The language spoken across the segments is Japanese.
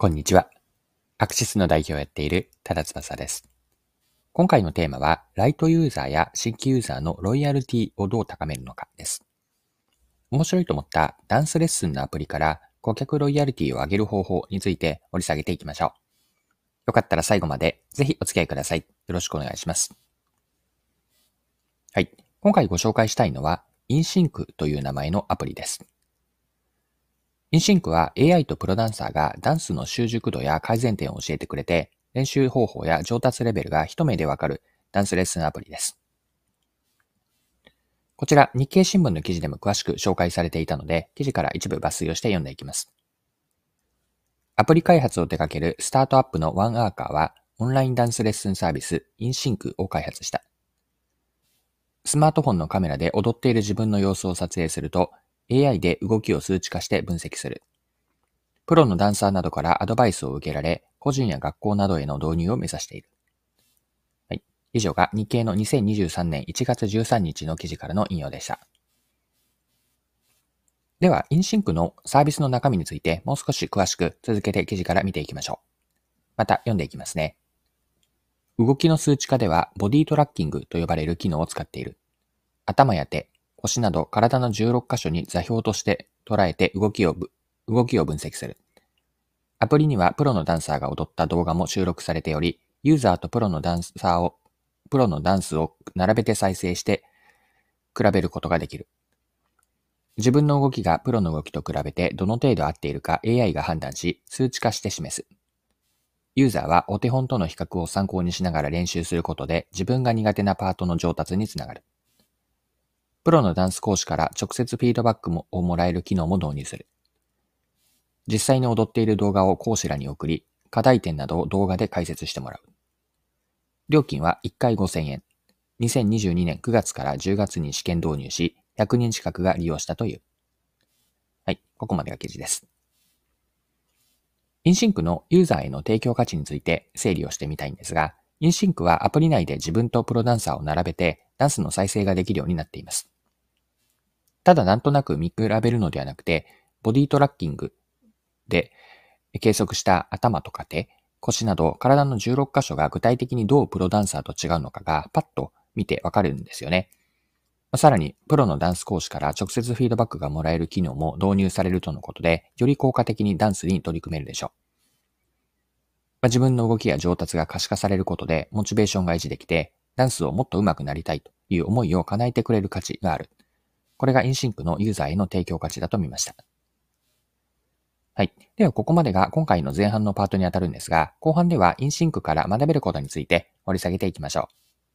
こんにちは。アクシスの代表をやっている多田翼です。今回のテーマは、ライトユーザーや新規ユーザーのロイヤリティをどう高めるのかです。面白いと思ったダンスレッスンのアプリから顧客ロイヤリティを上げる方法について掘り下げていきましょう。よかったら最後までぜひお付き合いください。よろしくお願いします。はい。今回ご紹介したいのは、インシンクという名前のアプリです。インシンクは AI とプロダンサーがダンスの習熟度や改善点を教えてくれて、練習方法や上達レベルが一目でわかるダンスレッスンアプリです。こちら日経新聞の記事でも詳しく紹介されていたので、記事から一部抜粋をして読んでいきます。アプリ開発を手掛けるスタートアップのワンアーカーは、オンラインダンスレッスンサービスインシンクを開発した。スマートフォンのカメラで踊っている自分の様子を撮影すると、AI で動きを数値化して分析する。プロのダンサーなどからアドバイスを受けられ、個人や学校などへの導入を目指している。はい。以上が日経の2023年1月13日の記事からの引用でした。では、インシンクのサービスの中身についてもう少し詳しく続けて記事から見ていきましょう。また読んでいきますね。動きの数値化ではボディトラッキングと呼ばれる機能を使っている。頭や手、腰など体の16箇所に座標として捉えて動きを分析する。アプリにはプロのダンサーが踊った動画も収録されており、ユーザーとプロのダンスを並べて再生して比べることができる。自分の動きがプロの動きと比べてどの程度合っているか AI が判断し、数値化して示す。ユーザーはお手本との比較を参考にしながら練習することで自分が苦手なパートの上達につながる。プロのダンス講師から直接フィードバックをもらえる機能も導入する。実際に踊っている動画を講師らに送り、課題点などを動画で解説してもらう。料金は1回5000円。2022年9月から10月に試験導入し、100人近くが利用したという。はい、ここまでが記事です。インシンクのユーザーへの提供価値について整理をしてみたいんですが、インシンクはアプリ内で自分とプロダンサーを並べてダンスの再生ができるようになっています。ただなんとなく見比べるのではなくて、ボディトラッキングで計測した頭とか手、腰など体の16箇所が具体的にどうプロダンサーと違うのかがパッと見てわかるんですよね。さらに、プロのダンス講師から直接フィードバックがもらえる機能も導入されるとのことで、より効果的にダンスに取り組めるでしょう。自分の動きや上達が可視化されることで、モチベーションが維持できて、ダンスをもっと上手くなりたいという思いを叶えてくれる価値がある。これがインシンクのユーザーへの提供価値だと見ました。はい。では、ここまでが今回の前半のパートにあたるんですが、後半ではインシンクから学べることについて掘り下げていきましょう。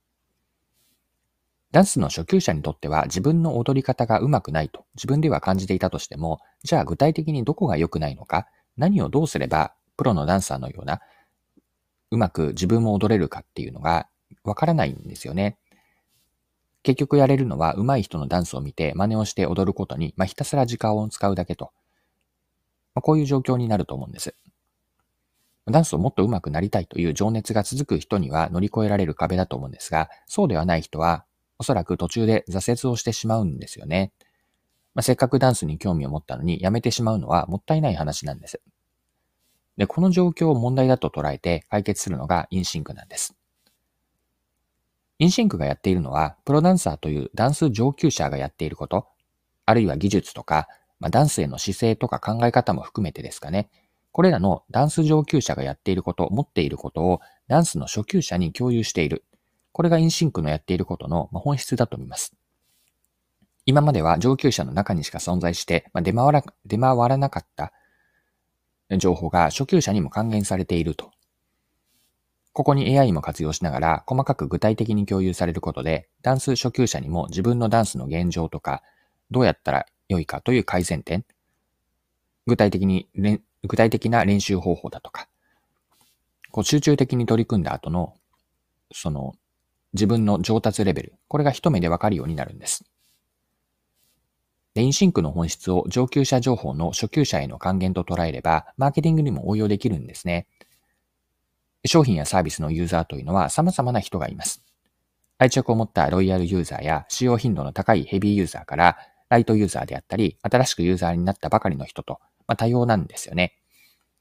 ダンスの初級者にとっては自分の踊り方が上手くないと自分では感じていたとしても、じゃあ具体的にどこが良くないのか、何をどうすればプロのダンサーのようなうまく自分も踊れるかっていうのがわからないんですよね。結局やれるのは上手い人のダンスを見て真似をして踊ることに、ひたすら時間を使うだけと、こういう状況になると思うんです。ダンスをもっと上手くなりたいという情熱が続く人には乗り越えられる壁だと思うんですが、そうではない人はおそらく途中で挫折をしてしまうんですよね。せっかくダンスに興味を持ったのにやめてしまうのはもったいない話なんです。で、この状況を問題だと捉えて解決するのがインシンクなんです。インシンクがやっているのは、プロダンサーというダンス上級者がやっていること、あるいは技術とか、ダンスへの姿勢とか考え方も含めてですかね。これらのダンス上級者がやっていること、持っていることをダンスの初級者に共有している。これがインシンクのやっていることの本質だと思います。今までは上級者の中にしか存在して、出回らなかった情報が初級者にも還元されていると。ここに AI も活用しながら細かく具体的に共有されることで、ダンス初級者にも自分のダンスの現状とか、どうやったら良いかという改善点、具体的な練習方法だとか、集中的に取り組んだ後の、自分の上達レベル、これが一目でわかるようになるんです。インシンクの本質を上級者情報の初級者への還元と捉えれば、マーケティングにも応用できるんですね。商品やサービスのユーザーというのは様々な人がいます。愛着を持ったロイヤルユーザーや使用頻度の高いヘビーユーザーからライトユーザーであったり、新しくユーザーになったばかりの人と、多様なんですよね。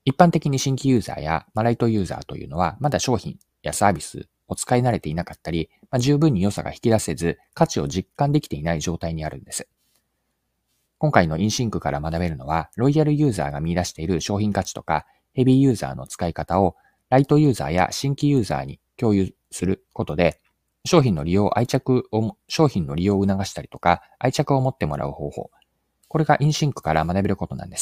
一般的に新規ユーザーやライトユーザーというのは、まだ商品やサービスを使い慣れていなかったり、十分に良さが引き出せず、価値を実感できていない状態にあるんです。今回のインシンクから学べるのは、ロイヤルユーザーが見出している商品価値とか、ヘビーユーザーの使い方を、ライトユーザーや新規ユーザーに共有することで、商品の利用を促したりとか、愛着を持ってもらう方法。これがインシンクから学べることなんです。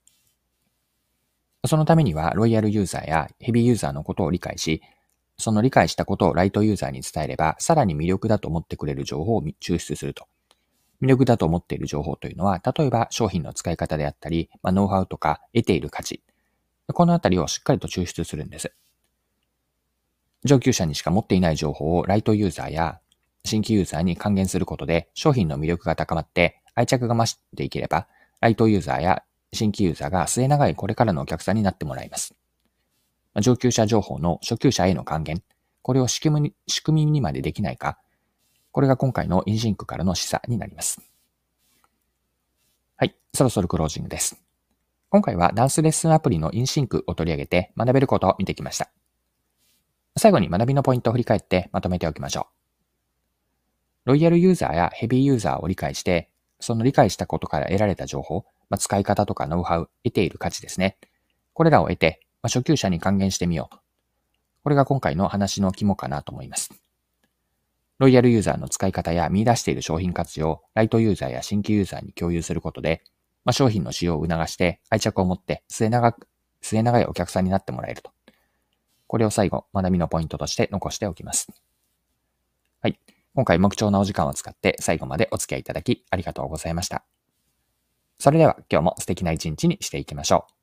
そのためには、ロイヤルユーザーやヘビーユーザーのことを理解し、その理解したことをライトユーザーに伝えれば、さらに魅力だと思ってくれる情報を抽出すると。魅力だと思っている情報というのは、例えば商品の使い方であったり、ノウハウとか得ている価値。このあたりをしっかりと抽出するんです。上級者にしか持っていない情報をライトユーザーや新規ユーザーに還元することで、商品の魅力が高まって愛着が増していければ、ライトユーザーや新規ユーザーが末永いこれからのお客さんになってもらいます。上級者情報の初級者への還元。これを仕組みにまでできないか。これが今回のインシンクからの示唆になります。はい、そろそろクロージングです。今回はダンスレッスンアプリのインシンクを取り上げて学べることを見てきました。最後に学びのポイントを振り返ってまとめておきましょう。ロイヤルユーザーやヘビーユーザーを理解して、その理解したことから得られた情報、使い方とかノウハウ、得ている価値ですね。これらを得て、初級者に還元してみようと。これが今回の話の肝かなと思います。ロイヤルユーザーの使い方や見出している商品価値をライトユーザーや新規ユーザーに共有することで、商品の使用を促して愛着を持って末長いお客さんになってもらえると。これを最後、学びのポイントとして残しておきます。はい。今回、目標なお時間を使って最後までお付き合いいただきありがとうございました。それでは今日も素敵な一日にしていきましょう。